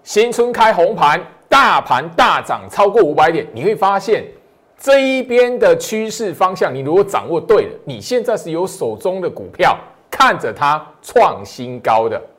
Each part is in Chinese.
新春开红盘，大盘大涨超过500点，你会发现这一边的趋势方向，你如果掌握对了，你现在是有手中的股票看着它创新高的。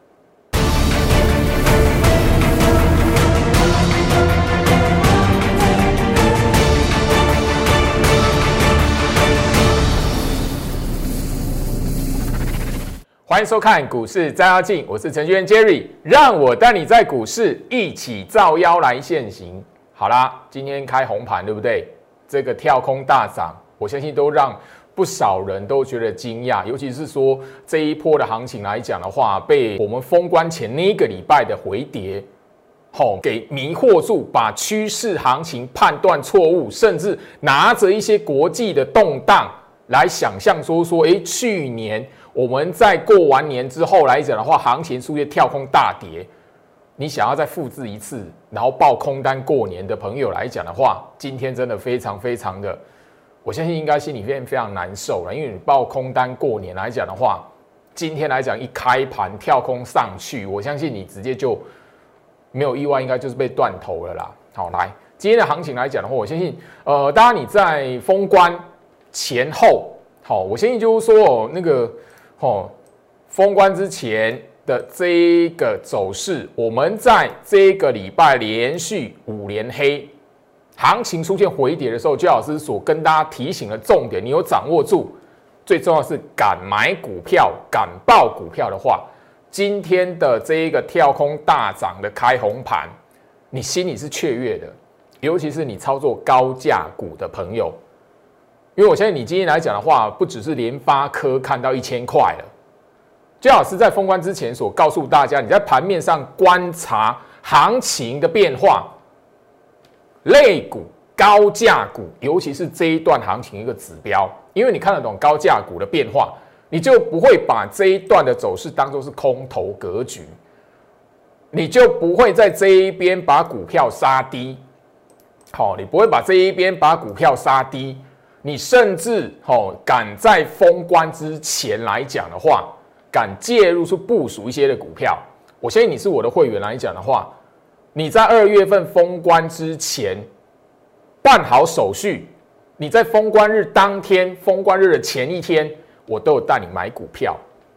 欢迎收看股市照妖镜，我是程序员 Jerry， 让我带你在股市一起照妖来现行。好啦，今天开红盘，对不对？这个跳空大涨，我相信都让不少人都觉得惊讶，尤其是说这一波的行情来讲的话，被我们封关前那个礼拜的回跌，给迷惑住，把趋势行情判断错误，甚至拿着一些国际的动荡来想象说，去年我们在过完年之后来讲的话，行情出现跳空大跌，你想要再复制一次，然后爆空单过年的朋友来讲的话，今天真的非常非常的，我相信应该心里非常难受了，因为你爆空单过年来讲的话，今天来讲一开盘跳空上去，我相信你直接就没有意外，应该就是被断头了啦。好，来今天的行情来讲的话，我相信当然你在封关前后，我相信就是说封关之前的这一个走势，我们在这个礼拜连续5连黑，行情出现回跌的时候，焦老师所跟大家提醒的重点，你有掌握住，最重要的是敢买股票、敢报股票的话，今天的这一个跳空大涨的开红盘，你心里是雀跃的，尤其是你操作高价股的朋友。因为我相信你今天来讲的话，不只是联发科看到1000块了。焦老师在封关之前所告诉大家，你在盘面上观察行情的变化，类股、高价股，尤其是这一段行情一个指标，因为你看得懂高价股的变化，你就不会把这一段的走势当作是空头格局，你就不会在这一边把股票杀低。你不会把这一边把股票杀低。你甚至敢在封关之前来讲的话，敢介入去部署一些的股票。我相信你是我的会员来讲的话，你在2月份封关之前办好手续，你在封关日当天、封关日的前一天，我都有带你买股票。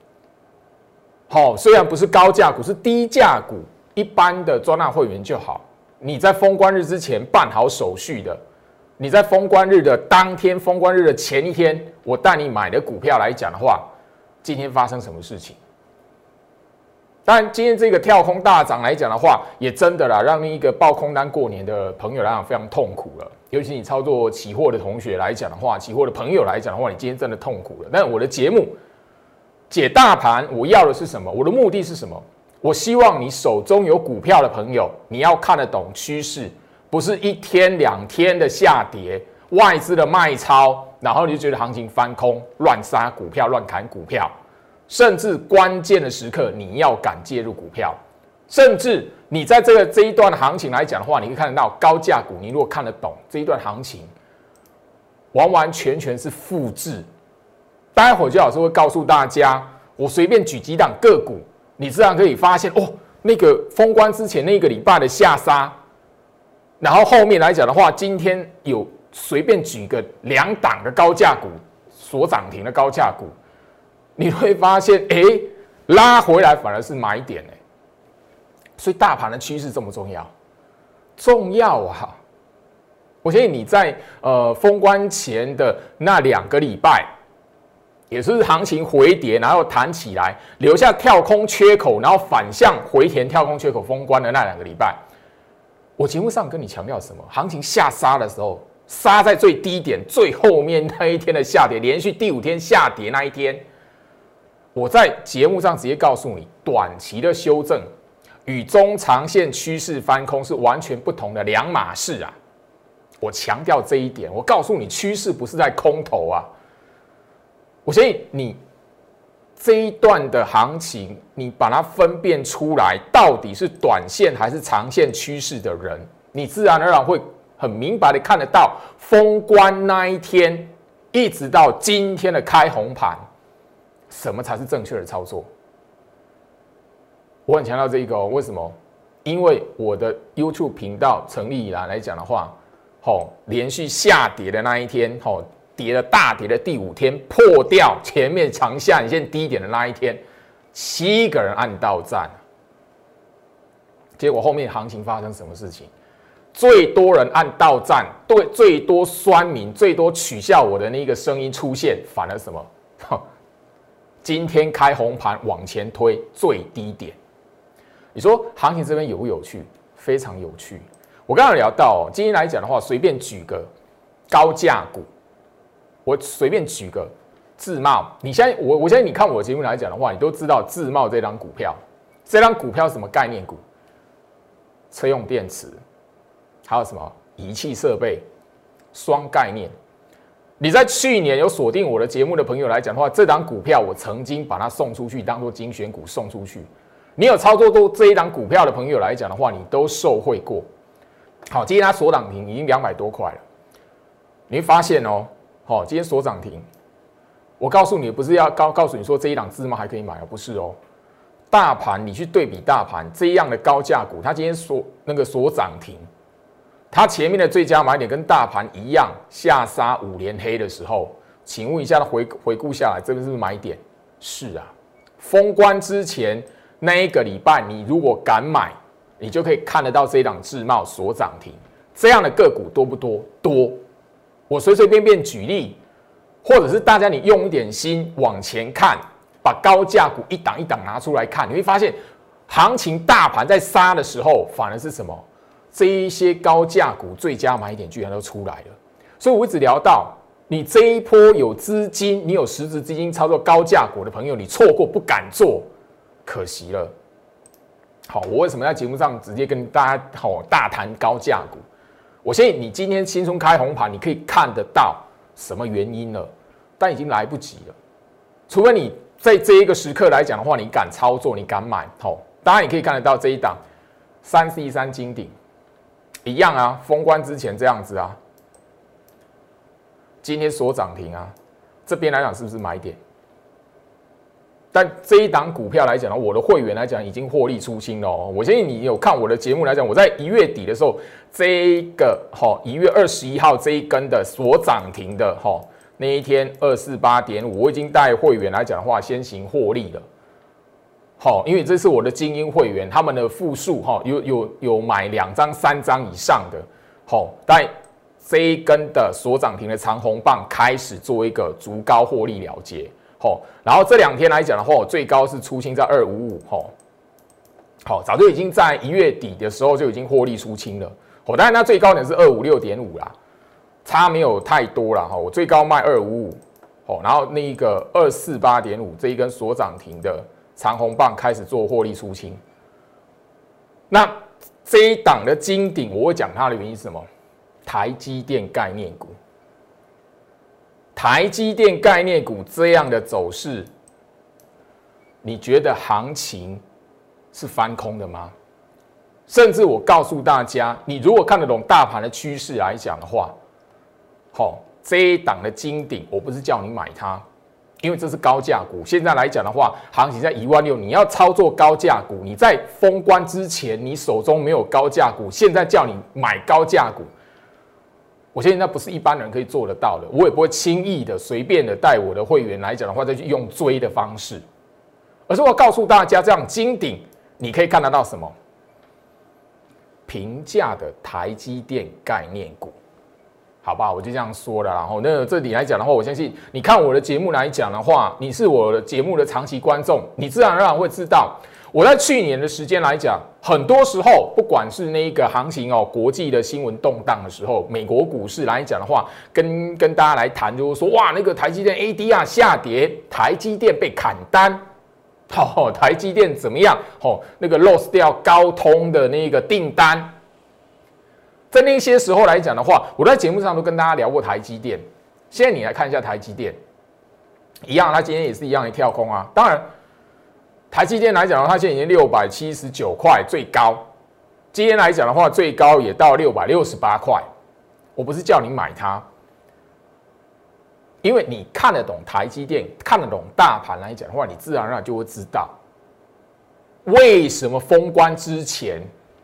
虽然不是高价股，是低价股，一般的专案会员就好。你在封关日之前办好手续的。你在封关日的当天、封关日的前一天，我带你买的股票来讲的话，今天发生什么事情？当然，今天这个跳空大涨来讲的话，也真的啦，让你一个爆空单过年的朋友来讲非常痛苦了。尤其你操作期货的同学来讲的话，期货的朋友来讲的话，你今天真的痛苦了。但我的节目解大盘，我要的是什么？我的目的是什么？我希望你手中有股票的朋友，你要看得懂趋势。不是1天2天的下跌，外资的卖超，然后你就觉得行情翻空，乱杀股票、乱砍股票，甚至关键的时刻你要敢介入股票，甚至你在这一段的行情来讲的话，你可以看得到高价股，你如果看得懂这一段行情，完完全全是复制。待会儿焦老师会告诉大家，我随便举几档个股，你自然可以发现那个封关之前那个礼拜的下杀。然后后面来讲的话，今天有随便举个2档的高价股所涨停的高价股，你会发现，拉回来反而是买点所以大盘的趋势重不重要？重要啊！我相信你在封关前的那2个礼拜，也是行情回跌，然后弹起来，留下跳空缺口，然后反向回填跳空缺口封关的那2个礼拜。我节目上跟你强调什么？行情下杀的时候，杀在最低点、最后面那一天的下跌，连续第5天下跌那一天，我在节目上直接告诉你，短期的修正与中长线趋势翻空是完全不同的2码事啊！我强调这一点，我告诉你，趋势不是在空头啊！我相信你这一段的行情，你把它分辨出来，到底是短线还是长线趋势的人，你自然而然会很明白的看得到封关那一天，一直到今天的开红盘，什么才是正确的操作？我很强调这一个为什么？ 因为我的 YouTube 频道成立以来讲的话，连续下跌的那一天，跌了大跌的第5天，破掉前面长下影线低点的那一天，7个人按到赞，结果后面行情发生什么事情？最多人按到赞，对，最多酸民，最多取笑我的那个声音出现，反而什么？今天开红盘往前推最低点，你说行情这边有不有趣？非常有趣。我刚刚聊到今天来讲的话，随便举个高价股，我随便举个自贸。你现在我相信你看我的节目来讲的话，你都知道自贸这张股票，这张股票是什么概念股？车用电池。还有什么仪器设备双概念？你在去年有锁定我的节目的朋友来讲的话，这档股票我曾经把它送出去，当做精选股送出去。你有操作过这一档股票的朋友来讲的话，你都受惠过。好，今天它锁涨停已经200多块了，你会发现哦，今天锁涨停，我告诉你不是要告诉你说这一档自贸还可以买哦，不是哦。大盘你去对比大盘这样的高价股，它今天锁涨停。它前面的最佳买点跟大盘一样，下杀5连黑的时候，请问一下，回顾下来，这边是不是买点？是啊，封关之前那一个礼拜，你如果敢买，你就可以看得到这一档自贸所涨停，这样的个股多不多？多。我随随便便举例，或者是大家你用一点心往前看，把高价股一档一档拿出来看，你会发现，行情大盘在杀的时候，反而是什么？这一些高价股最佳买点居然都出来了，所以我一直聊到你这一波有资金，你有实质资金操作高价股的朋友，你错过不敢做，可惜了。好，我为什么在节目上直接跟大家大谈高价股？我相信你今天轻松开红盘，你可以看得到什么原因了，但已经来不及了。除非你在这一个时刻来讲的话，你敢操作，你敢买，当然你可以看得到这一档3C3金鼎。一样啊，封关之前这样子啊，今天锁涨停啊，这边来讲是不是买点？但这一档股票来讲呢，我的会员来讲已经获利出清了哦。我相信你有看我的节目来讲，我在1月底的时候，这一个1月21号这一根的锁涨停的那一天248.5，我已经带会员来讲的话，先行获利了。因为这是我的精英会员，他们的复数有买2张、3张以上的，在这一根的锁涨停的长红棒开始做一个逐高获利了结，然后这2天来讲的话，最高是出清在255，早就已经在1月底的时候就已经获利出清了，当然它最高点是256.5啦，差没有太多啦，我最高卖255，然后那个248.5这一根锁涨停的。长红棒开始做获利出清，那这一档的金鼎，我会讲它的原因是什么？台积电概念股，台积电概念股这样的走势，你觉得行情是翻空的吗？甚至我告诉大家，你如果看得懂大盘的趋势来讲的话，这一档的金鼎，我不是叫你买它。因为这是高价股，现在来讲的话，行情在16000，你要操作高价股，你在封关之前，你手中没有高价股，现在叫你买高价股，我相信那不是一般人可以做得到的，我也不会轻易的、随便的带我的会员来讲的话，再去用追的方式，而是我告诉大家，这样金鼎，你可以看得到什么？平价的台积电概念股。好吧，我就这样说了。然后，那这里来讲的话，我相信你看我的节目来讲的话，你是我的节目的长期观众，你自然而然会知道，我在去年的时间来讲，很多时候不管是那个行情国际的新闻动荡的时候，美国股市来讲的话，跟大家来谈，就是说，哇，那个台积电 ADR 下跌，台积电被砍单，台积电怎么样？那个 loss 掉高通的那个订单。在那些时候来讲的话，我在节目上都跟大家聊过台积电。现在你来看一下台积电，一样，它今天也是一样的跳空啊。当然，台积电来讲的话，它现在已经679块最高，今天来讲的话，最高也到668块。我不是叫你买它，因为你看得懂台积电，看得懂大盘来讲的话，你自然而然就会知道，为什么封关之前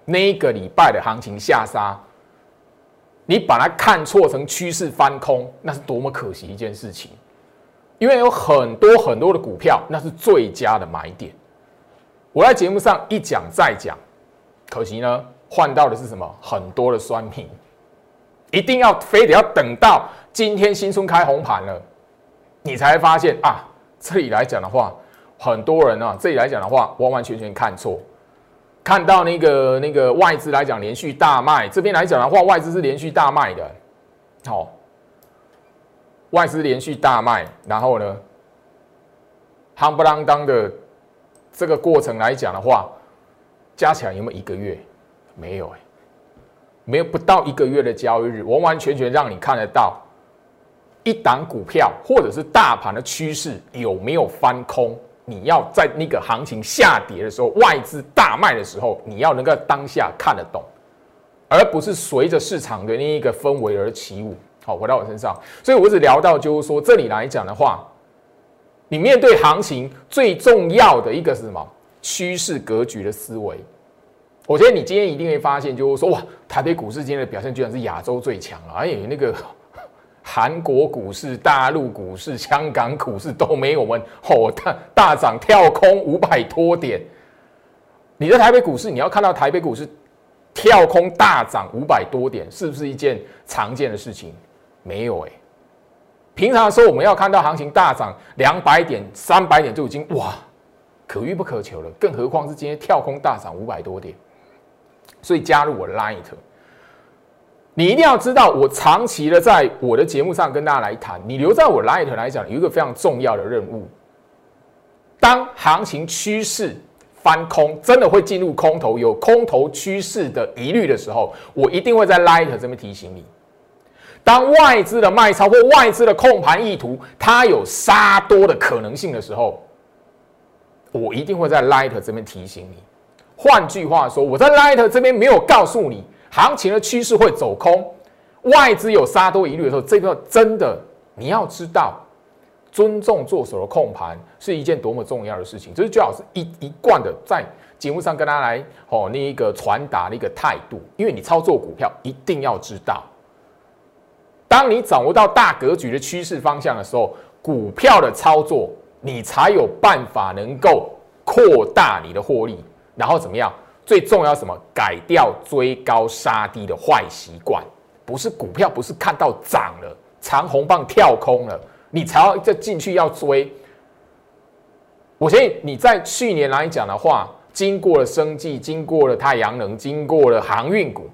那一个礼拜的行情下杀，你把它看错成趋势翻空，那是多么可惜一件事情。因为有很多的股票，那是最佳的买点。我在节目上一讲再讲，可惜呢，换到的是什么？很多的酸民，一定要非得要等到今天新春开红盘了，你才会发现啊，这里来讲的话，很多人啊，这里来讲的话，完完全全看错。看到那个外资来讲连续大卖，这边来讲的话，外资是连续大卖的，好，外资连续大卖，然后呢，夯不啷当的这个过程来讲的话，加起来有没有1个月？没有没有不到1个月的交易日，完完全全让你看得到一档股票或者是大盘的趋势有没有翻空。你要在那个行情下跌的时候，外资大卖的时候，你要能够当下看得懂，而不是随着市场的那一个氛围而起舞。好，回到我身上，所以我只聊到就是说，这里来讲的话，你面对行情最重要的一个是什么？趋势格局的思维。我觉得你今天一定会发现，就是说，哇，台北股市今天的表现居然是亚洲最强啊！哎，那个韩国股市、大陆股市、香港股市都没有我们大涨跳空500多点。你在台北股市，你要看到台北股市跳空大涨500多点，是不是一件常见的事情？没有平常的时候我们要看到行情大涨200点、300点就已经哇可遇不可求了，更何况是今天跳空大涨500多点。所以加入我的 Light。你一定要知道，我长期的在我的节目上跟大家来谈。你留在我 Light 来讲，有一个非常重要的任务。当行情趋势翻空，真的会进入空头，有空头趋势的疑虑的时候，我一定会在 Light 这边提醒你。当外资的卖超或外资的控盘意图，它有杀多的可能性的时候，我一定会在 Light 这边提醒你。换句话说，我在 Light 这边没有告诉你。行情的趋势会走空，外资有杀多疑虑的时候，这个真的你要知道，尊重做手的控盘是一件多么重要的事情。这是最好是一贯的在节目上跟大家来那一个传达的一个态度。因为你操作股票一定要知道，当你掌握到大格局的趋势方向的时候，股票的操作你才有办法能够扩大你的获利，然后怎么样？最重要什么？改掉追高杀低的坏习惯。不是股票，不是看到涨了，长红棒跳空了，你才要再进去要追。我相信你在去年来讲的话，经过了生技，经过了太阳能，经过了航运股，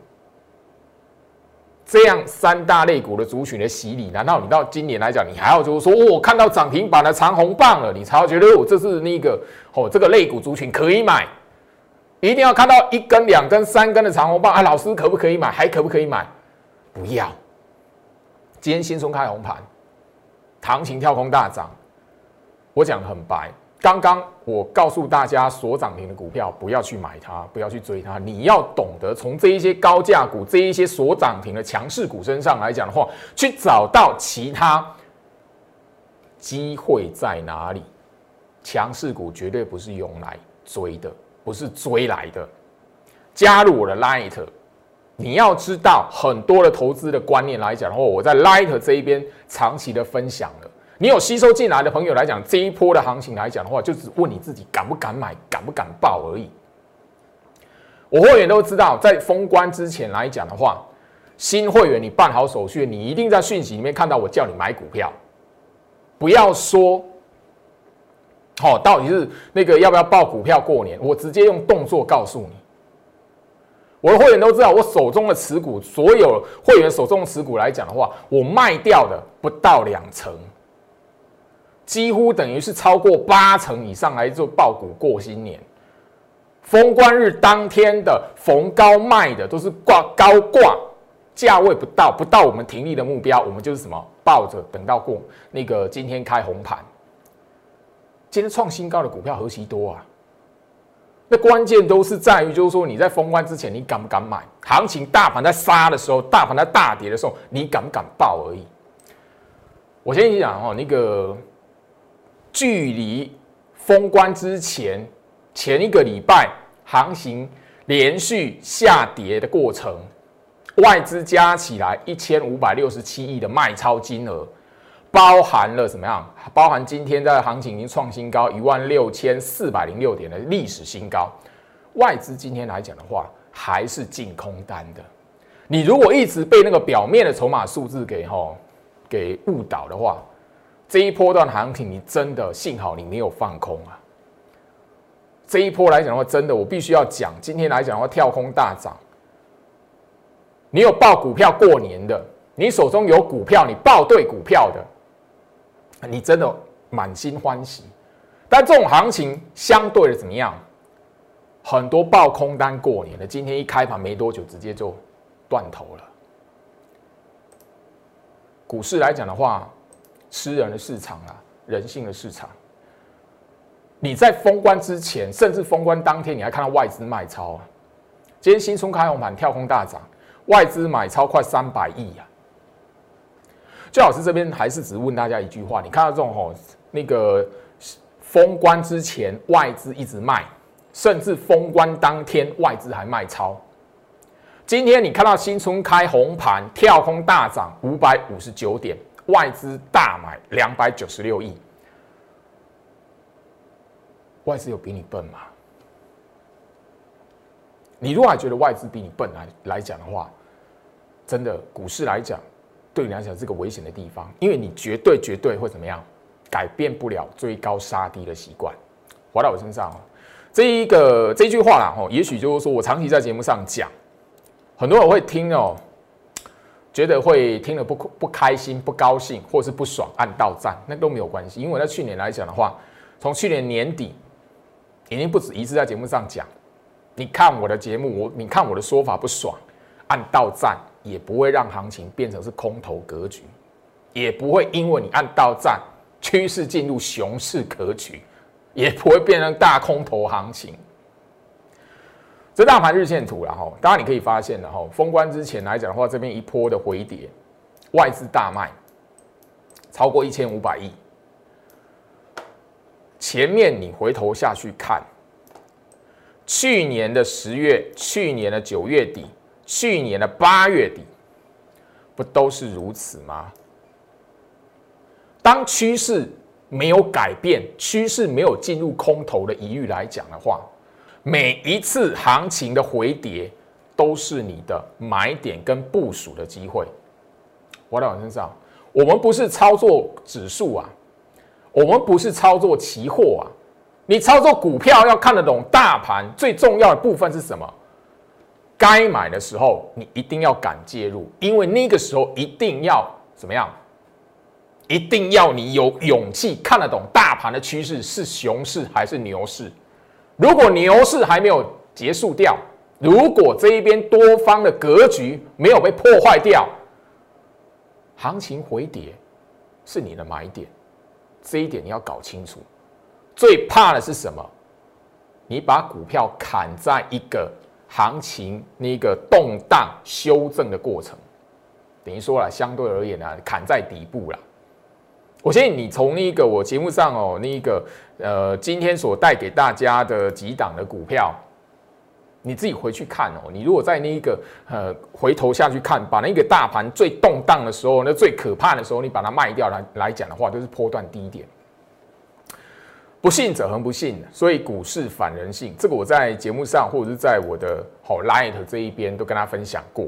这样3大类股的族群的洗礼，难道你到今年来讲，你还要就是说，我看到涨停板的长红棒了，你才要觉得这是那个这个类股族群可以买？一定要看到1根、2根、3根的长红棒啊！老师可不可以买？还可不可以买？不要。今天新春开红盘，行情跳空大涨，我讲得很白。刚刚我告诉大家，锁涨停的股票不要去买它，不要去追它。你要懂得从这一些高价股、这一些锁涨停的强势股身上来讲的话，去找到其他机会在哪里。强势股绝对不是用来追的。不是追来的，加入我的 Light， 你要知道很多的投资的观念来讲的话，我在 Light 这一边长期的分享了。你有吸收进来的朋友来讲，这一波的行情来讲的话，就只问你自己敢不敢买，敢不敢报而已。我会员都知道，在封关之前来讲的话，新会员你办好手续，你一定在讯息里面看到我叫你买股票，不要说。到底是那个要不要报股票过年？我直接用动作告诉你。我的会员都知道，我手中的持股，所有会员手中的持股来讲的话，我卖掉的不到2成，几乎等于是超过8成以上来做报股过新年。封关日当天的逢高卖的都是高挂，价位不到我们停利的目标，我们就是什么抱着等到过那个今天开红盘。今天创新高的股票何其多啊！那关键都是在于，就是说你在封关之前，你敢不敢买？行情大盘在杀的时候，大盘在大跌的时候，你敢不敢报而已。我先讲那个距离封关之前1个礼拜，行情连续下跌的过程，外资加起来1567亿的卖超金额，包含了怎么样？包含今天的行情已经创新高16406点的历史新高。外资今天来讲的话，还是净空单的。你如果一直被那个表面的筹码数字给误导的话，这一波段行情你真的幸好你没有放空啊。这一波来讲的话，真的我必须要讲，今天来讲的话，跳空大涨。你有抱股票过年的，你手中有股票，你抱对股票的，你真的满心欢喜。但这种行情相对的怎么样？很多抱空单过年的，今天一开盘没多久，直接就断头了。股市来讲的话，吃人的市场啊，人性的市场。你在封关之前，甚至封关当天，你还看到外资卖超啊。今天新春开红盘，跳空大涨，外资买超快300亿啊。最老师这边还是只问大家一句话：你看到这种那个封关之前外资一直卖，甚至封关当天外资还卖超。今天你看到新春开红盘，跳空大涨559点，外资大买296亿。外资有比你笨吗？你如果还觉得外资比你笨来讲的话，真的股市来讲，对你来讲是个危险的地方，因为你绝对会怎么样？改变不了追高杀低的习惯。滑到我身上这句话啦也许就是说我长期在节目上讲，很多人会听觉得会听了不开心、不高兴，或是不爽，按到赞，那都没有关系，因为我在去年来讲的话，从去年年底。已经不止一次在节目上讲，你看我的节目，你看我的说法不爽，按到赞也不会让行情变成是空头格局，也不会因为你按到赞，趋势进入熊市格局，也不会变成大空头行情。这大盘日线图啦当然你可以发现了封关之前来讲的话，这边一波的回跌，外资大卖，超过1500亿。前面你回头下去看，去年的10月、去年的9月底、去年的8月底，不都是如此吗？当趋势没有改变，趋势没有进入空头的疑虑来讲的话，每一次行情的回跌都是你的买点跟部署的机会。我在我身上，我们不是操作指数啊。我们不是操作期货啊，你操作股票要看得懂大盘，最重要的部分是什么？该买的时候，你一定要敢介入，因为那个时候一定要怎么样？一定要你有勇气看得懂大盘的趋势是熊市还是牛市。如果牛市还没有结束掉，如果这一边多方的格局没有被破坏掉，行情回跌是你的买点。这一点你要搞清楚。最怕的是什么？你把股票砍在一个行情那个动荡修正的过程，等于说啦，相对而言呢，砍在底部啦。我相信你从那个我节目上今天所带给大家的几档的股票，你自己回去看你如果在那个回头下去看，把那个大盘最动荡的时候，那最可怕的时候，你把它卖掉来讲的话，就是波段低点。不信者恒不信，所以股市反人性，这个我在节目上或者是在我的Light 这一边都跟大家分享过。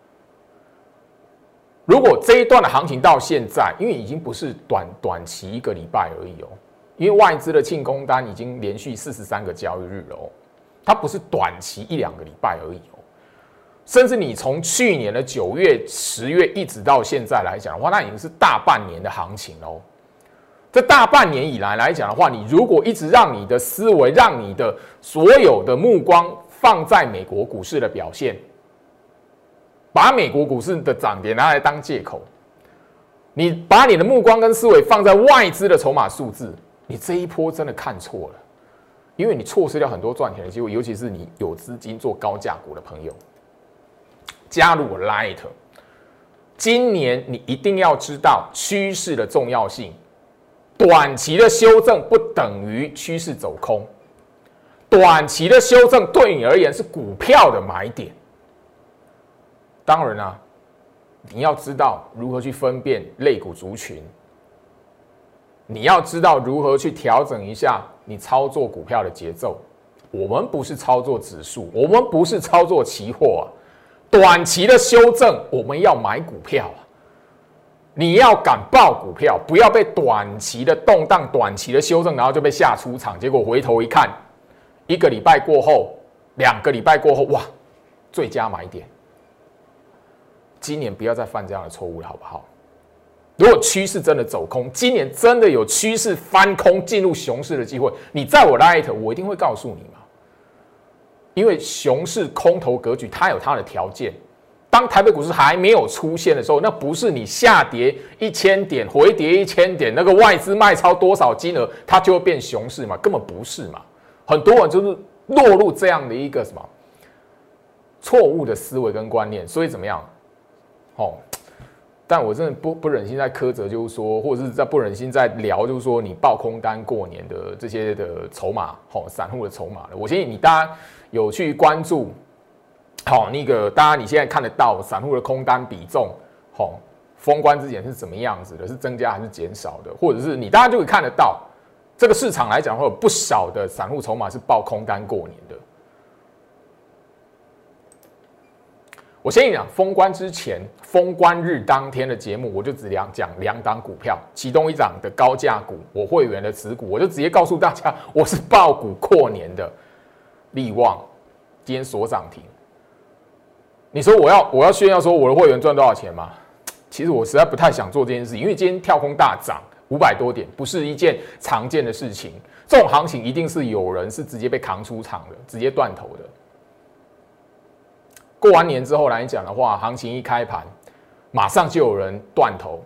如果这一段的行情到现在，因为已经不是短期1个礼拜而已因为外资的净空单已经连续43个交易日了它不是短期1-2个礼拜而已甚至你从去年的9月、10月一直到现在来讲的话，那已经是大半年的行情这大半年以来讲的话，你如果一直让你的思维、让你的所有的目光放在美国股市的表现，把美国股市的涨跌拿来当借口，你把你的目光跟思维放在外资的筹码数字，你这一波真的看错了，因为你错失掉很多赚钱的机会，尤其是你有资金做高价股的朋友，加入我 Light。今年你一定要知道趋势的重要性。短期的修正不等于趋势走空， 短期的修正对你而言是股票的买点。当然啊，你要知道如何去分辨类股族群，你要知道如何去调整一下你操作股票的节奏。我们不是操作指数，我们不是操作期货啊。短期的修正，我们要买股票啊。你要敢抱股票，不要被短期的动荡、短期的修正，然后就被吓出场。结果回头一看，1个礼拜过后，2个礼拜过后，哇，最佳买点。今年不要再犯这样的错误了，好不好？如果趋势真的走空，今年真的有趋势翻空进入熊市的机会，你在我 Light， 我一定会告诉你嘛。因为熊市空头格局，它有它的条件。当台北股市还没有出现的时候，那不是你下跌1000点、回跌1000点，那个外资卖超多少金额，它就会变熊市嘛？根本不是嘛。很多人就是落入这样的一个什么错误的思维跟观念，所以怎么样？但我真的不忍心再苛责，就是说，或者是在不忍心再聊，就是说你爆空单过年的这些的筹码，散户的筹码了。我建议你大家有去关注，那个大家你现在看得到散户的空单比重，封关之前是怎么样子的，是增加还是减少的，或者是你大家就会看得到，这个市场来讲会有不少的散户筹码是爆空单过年的。我先讲封关之前，封关日当天的节目，我就只讲2档股票，其中1档的高价股，我会员的持股，我就直接告诉大家，我是抱股过年的。力旺今天锁涨停，你说我要炫耀说我的会员赚多少钱吗？其实我实在不太想做这件事，因为今天跳空大涨500多点，不是一件常见的事情。这种行情一定是有人是直接被扛出场的，直接断头的。过完年之后来讲的话，行情一开盘，马上就有人断头。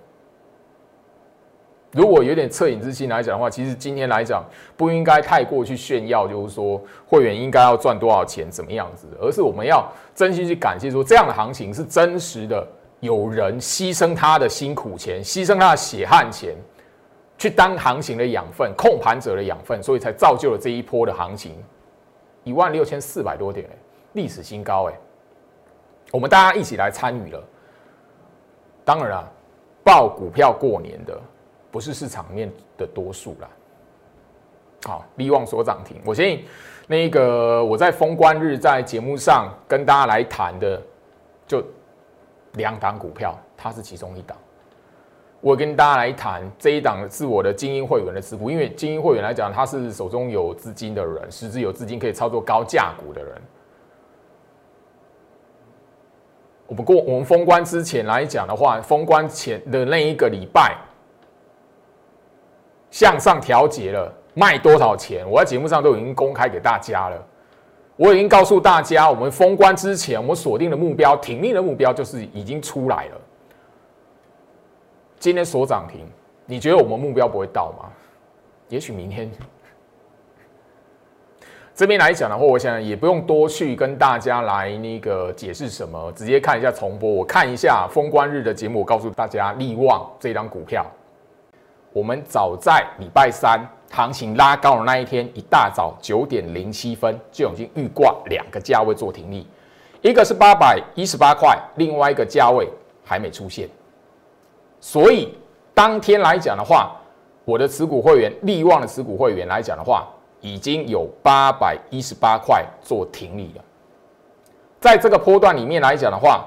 如果有点恻隐之心来讲的话，其实今天来讲不应该太过去炫耀，就是说会员应该要赚多少钱，怎么样子的，而是我们要真心去感谢说，这样的行情是真实的，有人牺牲他的辛苦钱，牺牲他的血汗钱，去当行情的养分，控盘者的养分，所以才造就了这一波的行情，16400多点，历史新高哎。我们大家一起来参与了。当然啦，抱股票过年的不是市场面的多数啦。好，力旺所涨停，我相信那个我在封关日在节目上跟大家来谈的，就2档股票，它是其中1档。我跟大家来谈这一档是我的精英会员的持股，因为精英会员来讲，他是手中有资金的人，实质有资金可以操作高价股的人。我们封关之前来讲的话，封关前的那1个礼拜向上调节了，卖多少钱？我在节目上都已经公开给大家了。我已经告诉大家，我们封关之前，我们锁定的目标、挺立的目标就是已经出来了。今天锁涨停，你觉得我们目标不会到吗？也许明天。这边来讲的话，我想也不用多去跟大家来那个解释什么，直接看一下重播。我看一下封关日的节目，我告诉大家，力旺这张股票，我们早在礼拜3行情拉高的那一天，一大早9点07分就已经预挂2个价位做停利，一个是818块，另外一个价位还没出现。所以当天来讲的话，我的持股会员，力旺的持股会员来讲的话，已经有818块做停利了。在这个波段里面来讲的话，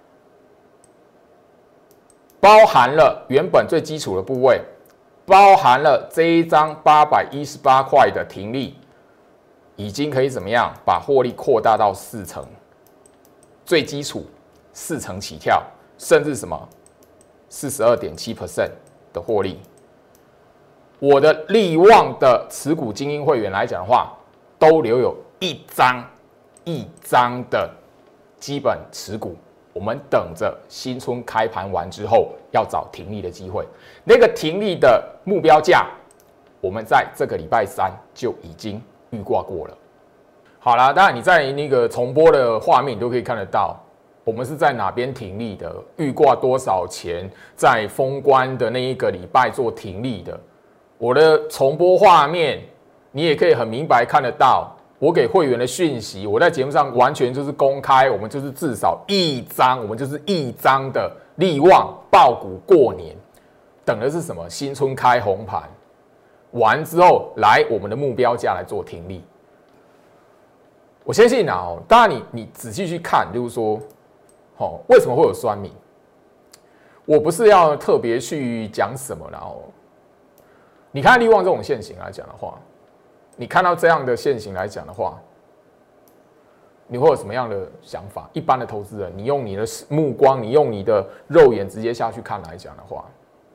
包含了原本最基础的部位，包含了这一张818块的停利，已经可以怎么样把获利扩大到4成，最基础4成起跳，甚至什么 42.7% 的获利。我的力旺的持股精英会员来讲的话，都留有一张的基本持股，我们等着新春开盘完之后要找停利的机会。那个停利的目标价，我们在这个礼拜3就已经预挂过了。好啦，当然你在那个重播的画面，你都可以看得到，我们是在哪边停利的，预挂多少钱，在封关的那一个礼拜做停利的。我的重播画面，你也可以很明白看得到， 我给会员的讯息，我在节目上完全就是公开，我们就是至少1张，我们就是1张的力旺爆股过年，等的是什么？新春开红盘，完之后来我们的目标价来做停利。我相信啊，当然你仔细去看，就是说，为什么会有酸民？我不是要特别去讲什么，然后你看力旺这种现形来讲的话，你看到这样的现形来讲的话，你会有什么样的想法？一般的投资人，你用你的目光，你用你的肉眼直接下去看来讲的话，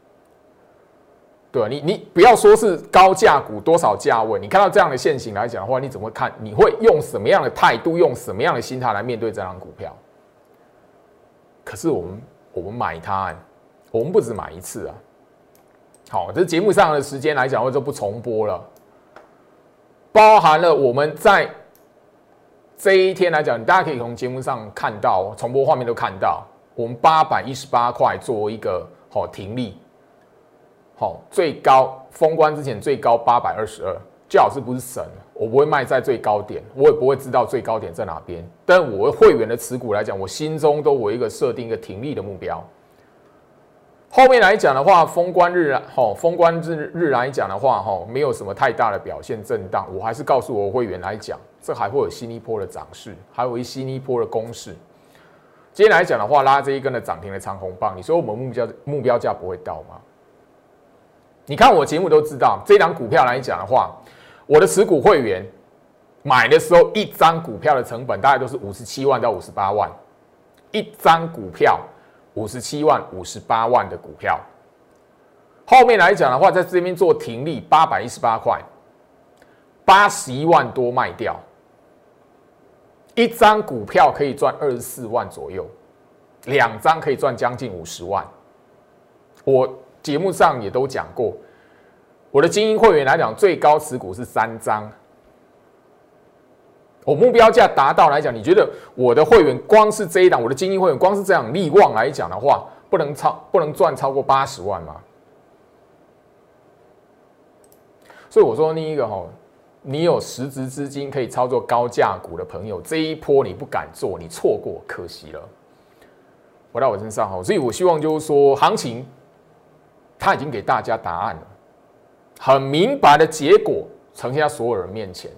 对吧？你不要说是高价股多少价位，你看到这样的现形来讲的话，你怎么会看？你会用什么样的态度，用什么样的心态来面对这张股票？可是我们买它，我们不止买一次啊。好，这节目上的时间来讲，我就不重播了。包含了我们在这一天来讲，大家可以从节目上看到，重播画面都看到，我们818块做一个停利，最高封关之前最高822，最好是不是神，我不会卖在最高点，我也不会知道最高点在哪边，但我会员的持股来讲，我心中都有一个设定一个停利的目标。后面来讲的话，封关日来讲的话，没有什么太大的表现震荡，我还是告诉我会员来讲，这还会有新一波的涨势，还有新一波的攻势。今天来讲的话，拉这一根的涨停的长红棒，你说我们目标价不会到吗？你看我节目都知道，这档股票来讲的话，我的持股会员买的时候，一张股票的成本大概都是57万到58万，一张股票。57万、58万的股票，后面来讲的话，在这边做停利818块，81万多卖掉，一张股票可以赚24万左右，2张可以赚将近50万。我节目上也都讲过，我的精英会员来讲，最高持股是3张。我目标价达到来讲，你觉得我的会员光是这一档，我的精英会员光是这样力旺来讲的话，不能赚超过80万吗？所以我说第一个你有实质资金可以操作高价股的朋友，这一波你不敢做，你错过，可惜了。回到我身上所以我希望就是说，行情它已经给大家答案了，很明白的结果呈现在所有人面前。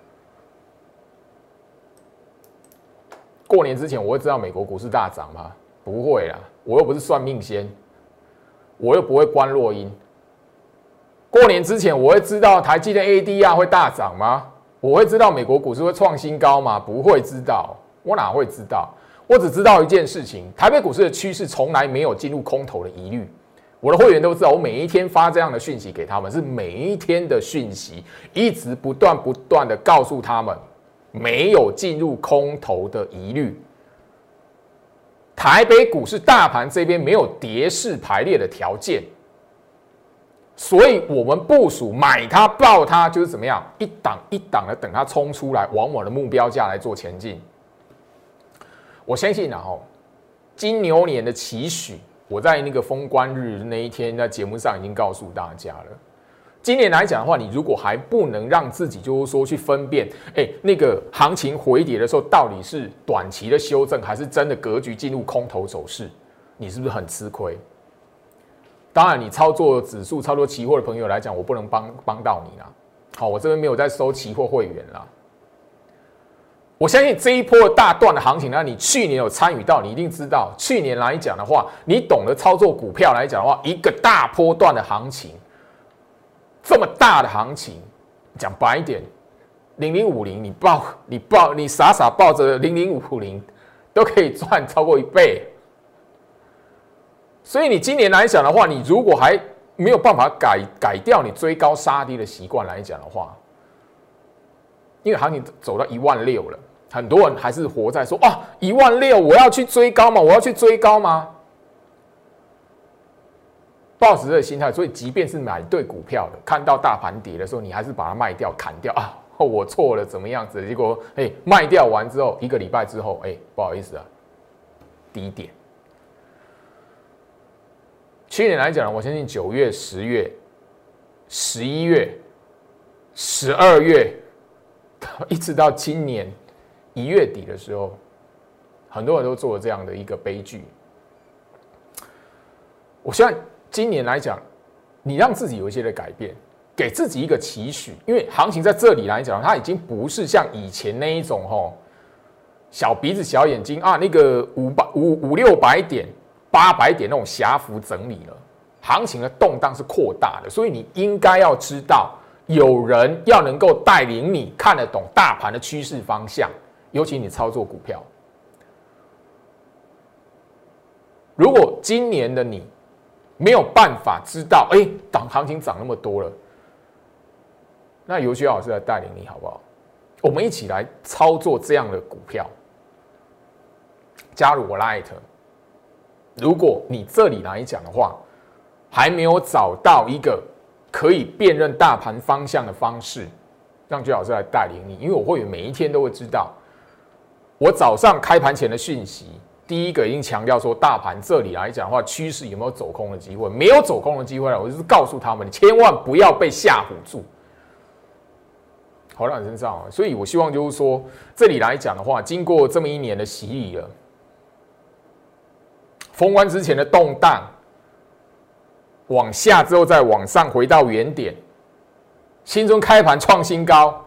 过年之前我会知道美国股市大涨吗？不会啦，我又不是算命仙，我又不会观落阴。过年之前我会知道台积电 ADR 会大涨吗？我会知道美国股市会创新高吗？不会知道，我哪会知道？我只知道一件事情，台北股市的趋势从来没有进入空头的疑虑。我的会员都知道，我每一天发这样的讯息给他们，是每一天的讯息，一直不断的告诉他们。没有进入空头的疑虑，台北股市大盘这边没有跌势排列的条件，所以我们部署买它抱它，就是怎么样一档一档的等它冲出来，往我的目标价来做前进。我相信金牛年的期许，我在那个封关日那一天在节目上已经告诉大家了。今年来讲的话，你如果还不能让自己就是说去分辨，那个行情回跌的时候，到底是短期的修正，还是真的格局进入空头走势，你是不是很吃亏？当然，你操作指数、操作期货的朋友来讲，我不能帮到你啦。好，我这边没有在收期货会员啦。我相信这一波大段的行情呢，你去年有参与到，你一定知道。去年来讲的话，你懂得操作股票来讲的话，一个大波段的行情。这么大的行情，讲白一点，0050你傻傻抱着0050，都可以赚超过1倍。所以你今年来讲的话，你如果还没有办法改掉你追高杀低的习惯来讲的话，因为行情走到16000了，很多人还是活在说16000我要去追高吗？我要去追高吗？抱持这个心态，所以即便是买对股票的，看到大盘跌的时候，你还是把它卖掉、砍掉啊！我错了，怎么样子？结果卖掉完之后，1个礼拜之后，不好意思啊，低点。去年来讲，我相信9月、10月、11月、12月一直到今年1月底的时候，很多人都做了这样的一个悲剧。我希望今年来讲，你让自己有一些的改变，给自己一个期许，因为行情在这里来讲，它已经不是像以前那一种小鼻子小眼睛啊，那个500-600点、800点那种狭幅整理了。行情的动荡是扩大的，所以你应该要知道，有人要能够带领你看得懂大盘的趋势方向，尤其你操作股票。如果今年的你没有办法知道，行情涨那么多了，那尤雪老师来带领你好不好？我们一起来操作这样的股票。加入我 Lite， 如果你这里来讲的话，还没有找到一个可以辨认大盘方向的方式，让薛老师来带领你。因为我会员每一天都会知道，我早上开盘前的讯息，第一个已经强调说，大盘这里来讲的话，趋势有没有走空的机会？没有走空的机会了，我就是告诉他们，你千万不要被吓唬住。好在你身上，所以我希望就是说，这里来讲的话，经过这么1年的洗礼了，封关之前的动荡。往下之后再往上回到原点，新春开盘创新高，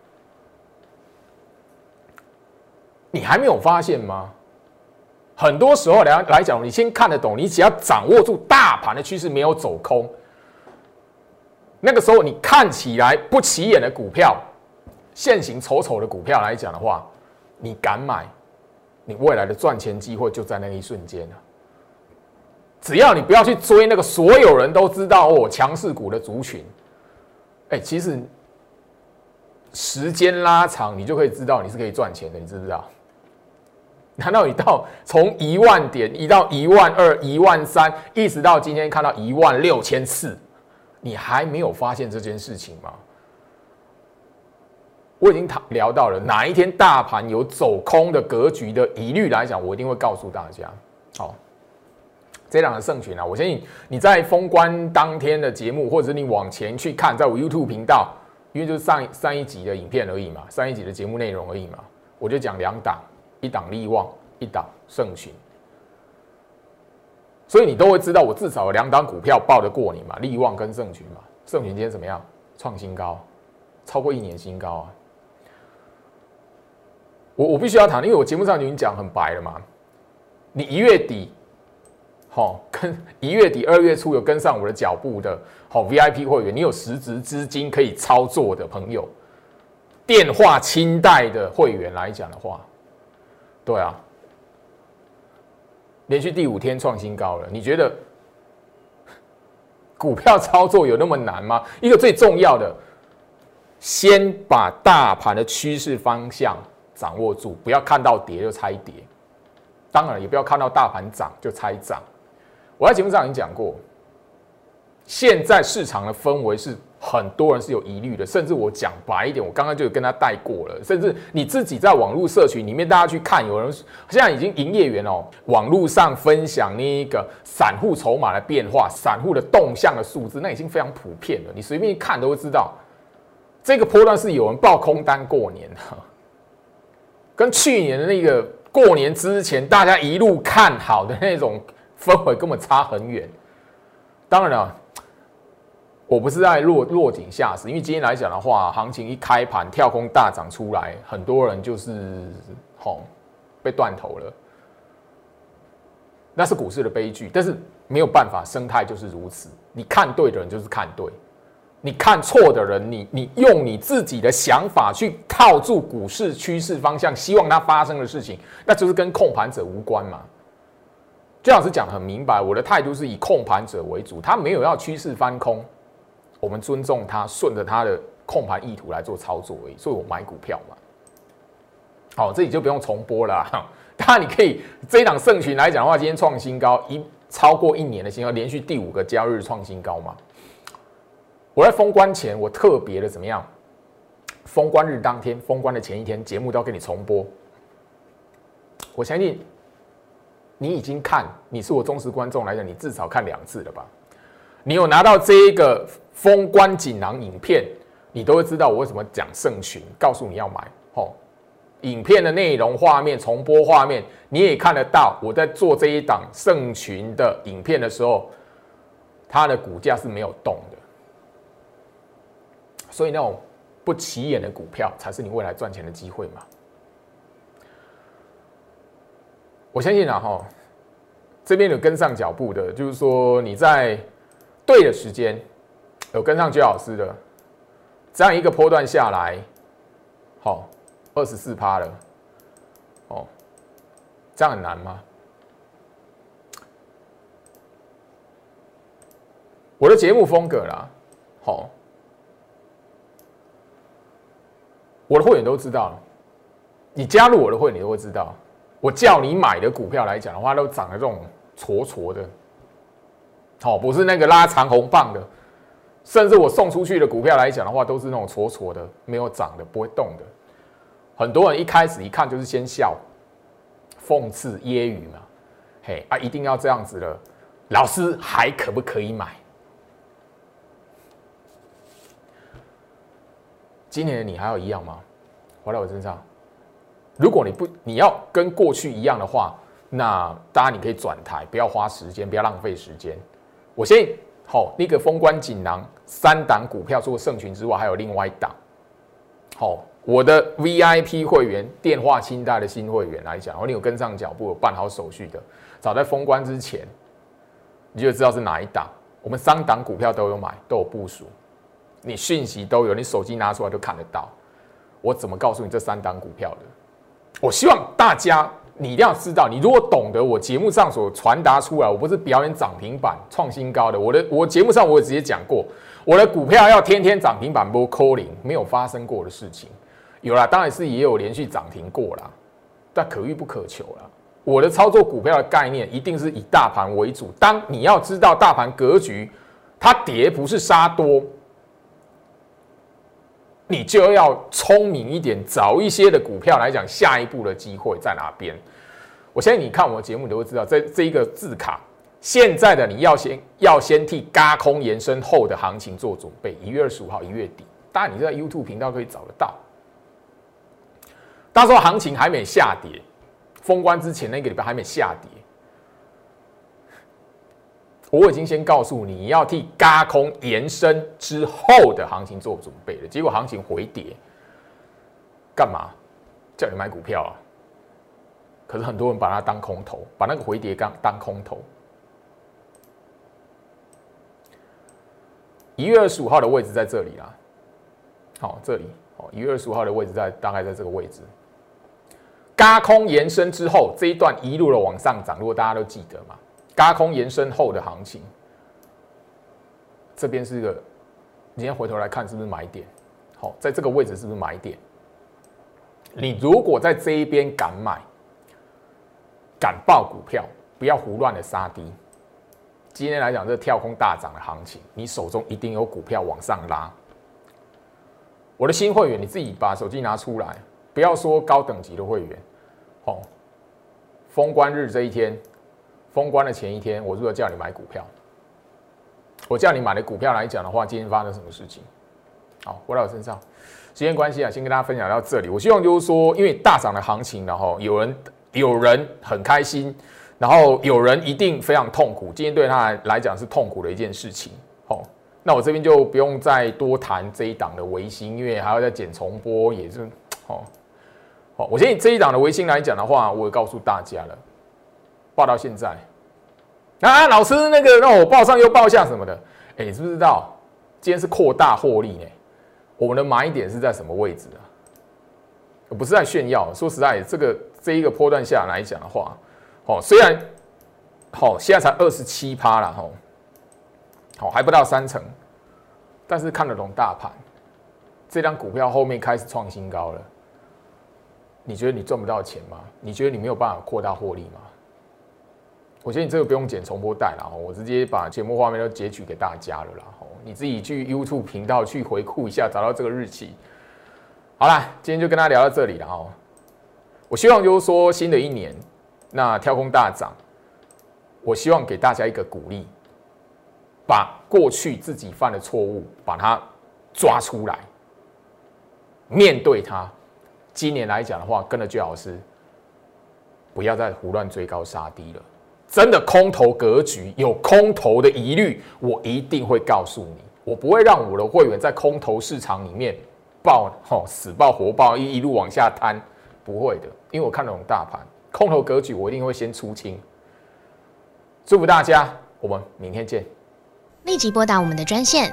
你还没有发现吗？很多时候来讲，你先看得懂，你只要掌握住大盘的趋势没有走空，那个时候你看起来不起眼的股票，现行丑丑的股票来讲的话，你敢买，你未来的赚钱机会就在那一瞬间了。只要你不要去追那个所有人都知道强势股的族群，其实时间拉长，你就可以知道你是可以赚钱的，你知不知道？难道你从1万点移到12000、13000，一直到今天看到16400，你还没有发现这件事情吗？我已经聊到了哪一天大盘有走空的格局的疑虑来讲，我一定会告诉大家。好。这档的盛群啊，我相信你在封关当天的节目，或者是你往前去看，在我 YouTube 频道，因为就是上一集的影片而已嘛，上一集的节目内容而已嘛，我就讲2档，一档力旺，一档盛群，所以你都会知道，我至少有2档股票报得过你嘛，力旺跟盛群嘛。盛群今天怎么样？创新高，超过1年新高啊！我必须要谈，因为我节目上已经讲很白了嘛，你1月底。跟1月底、2月初有跟上我的脚步的VIP 会员，你有实质资金可以操作的朋友，电话清代的会员来讲的话，对啊，连续第5天创新高了。你觉得股票操作有那么难吗？一个最重要的，先把大盘的趋势方向掌握住，不要看到跌就猜跌，当然也不要看到大盘涨就猜涨。我在节目上已经讲过，现在市场的氛围是很多人是有疑虑的，甚至我讲白一点，我刚刚就有跟他带过了，甚至你自己在网络社群里面，大家去看，有人现在已经营业员网络上分享那个散户筹码的变化、散户的动向的数字，那已经非常普遍了，你随便一看都会知道，这个波段是有人报空单过年的，跟去年的那个过年之前大家一路看好的那种氛围根本差很远。当然了，我不是在落井下石，因为今天来讲的话，行情一开盘跳空大涨出来，很多人就是被断头了，那是股市的悲剧。但是没有办法，生态就是如此。你看对的人就是看对，你看错的人，你用你自己的想法去套住股市趋势方向，希望它发生的事情，那就是跟控盘者无关嘛。最老师讲得很明白，我的态度是以控盘者为主，他没有要趋势翻空，我们尊重他，顺着他的控盘意图来做操作而已，所以我买股票嘛。好，这里就不用重播了啦。当然，你可以这一档盛群来讲的话，今天创新高，超过1年的新高，连续第5个交易日创新高嘛。我在封关前，我特别的怎么样？封关日当天，封关的前一天，节目都要给你重播。我相信你已经看，你是我忠实观众来讲，你至少看2次了吧？你有拿到这一个封关锦囊影片， 你都会知道我为什么讲盛群，告诉你要买。影片的内容、画面、重播画面，你也看得到。我在做这一档盛群的影片的时候，它的股价是没有动的。所以那种不起眼的股票，才是你未来赚钱的机会嘛。我相信这边有跟上脚步的，就是说你在对的时间有跟上J老师的，这样一个波段下来，24%了，这样很难吗？我的节目风格啦，我的会员都知道了，你加入我的会员，你都会知道。我叫你买的股票来讲的话，都涨得这种挫挫的，不是那个拉长红棒的，甚至我送出去的股票来讲的话，都是那种挫挫的，没有涨的，不会动的。很多人一开始一看就是先笑、讽刺、揶揄嘛，一定要这样子了，老师还可不可以买？今年的你还要一样吗？回到我身上。如果你要跟过去一样的话，那当然你可以转台，不要花时间，不要浪费时间。我先那个封关锦囊3档股票，除了盛群之外，还有另外一档。我的 VIP 会员电话清单的新会员来讲，你有跟上脚步，有办好手续的，早在封关之前，你就知道是哪一档。我们3档股票都有买，都有部署，你讯息都有，你手机拿出来就看得到。我怎么告诉你这3档股票的？我希望大家你一定要知道，你如果懂得我节目上所传达出来，我不是表演涨停板创新高的。我节目上我也直接讲过，我的股票要天天涨停板不扣零，没有发生过的事情。有啦，当然是也有连续涨停过啦，但可遇不可求啦。我的操作股票的概念一定是以大盘为主。当你要知道大盘格局，它跌不是杀多，你就要聪明一点，找一些的股票来讲，下一步的机会在哪边。我相信你看我的节目，你都会知道，这一个字卡，现在的你要先替轧空延伸后的行情做准备。1月25号1月底，当然你在 YouTube 频道可以找得到。到时候行情还没下跌，封关之前那个礼拜还没下跌，我已经先告诉你，你要替轧空延伸之后的行情做准备了。结果行情回跌，干嘛？叫你买股票啊？可是很多人把它当空头，把那个回跌当空头。1月25号的位置在这里啦，这里1月25号的位置大概在这个位置。轧空延伸之后，这一段一路的往上涨，如果大家都记得嘛，轧空延伸后的行情，这边是个，你先回头来看是不是买点？在这个位置是不是买点？你如果在这一边敢买，敢报股票，不要胡乱的杀低。今天来讲，这跳空大涨的行情，你手中一定有股票往上拉。我的新会员，你自己把手机拿出来，不要说高等级的会员。封关日这一天，封关的前一天，我如果叫你买股票，我叫你买的股票来讲的话，今天发生什么事情？好，回到我身上，时间关系先跟大家分享到这里。我希望就是说，因为大涨的行情，然后有人很开心，然后有人一定非常痛苦。今天对他来讲是痛苦的一件事情。那我这边就不用再多谈这一档的微星，因为还要再剪重播，也是我相信这一档的微星来讲的话，我也告诉大家了，报到现在，老师那个让我报上又报下什么的，你知不知道今天是扩大获利呢？我们的买点是在什么位置啊？我不是在炫耀，说实在，这一个波段下来讲的话，虽然现在才27%啦，还不到30%，但是看得懂大盘，这张股票后面开始创新高了。你觉得你赚不到钱吗？你觉得你没有办法扩大获利吗？我觉得你这个不用剪重播带啦，我直接把节目画面都截取给大家了啦。你自己去 YouTube 频道去回顾一下，找到这个日期。好啦，今天就跟大家聊到这里了哦。我希望就是说，新的一年，那跳空大涨，我希望给大家一个鼓励，把过去自己犯的错误把它抓出来， 面对它。今年来讲的话，跟着最好是不要再胡乱追高杀低了。真的空头格局有空头的疑虑，我一定会告诉你，我不会让我的会员在空头市场里面死抱活抱一路往下摊，不会的，因为我看得懂大盘，空头格局我一定会先出清。祝福大家，我们明天见。 立即拨打我们的专线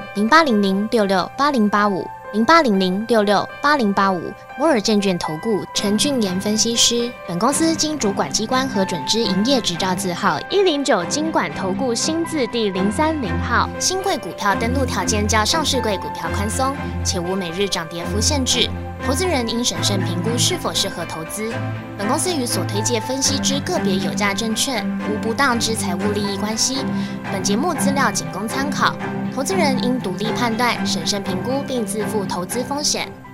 08006680850800668085摩尔证券投顾陈俊言分析师。本公司经主管机关核准之营业执照字号109金管投顾新字第030号。新贵股票登录条件较上市贵股票宽松，且无每日涨跌幅限制。投资人应审慎评估是否适合投资。本公司与所推介分析之个别有价证券无不当之财务利益关系。本节目资料仅供参考，投资人应独立判断、审慎评估并自负投资风险。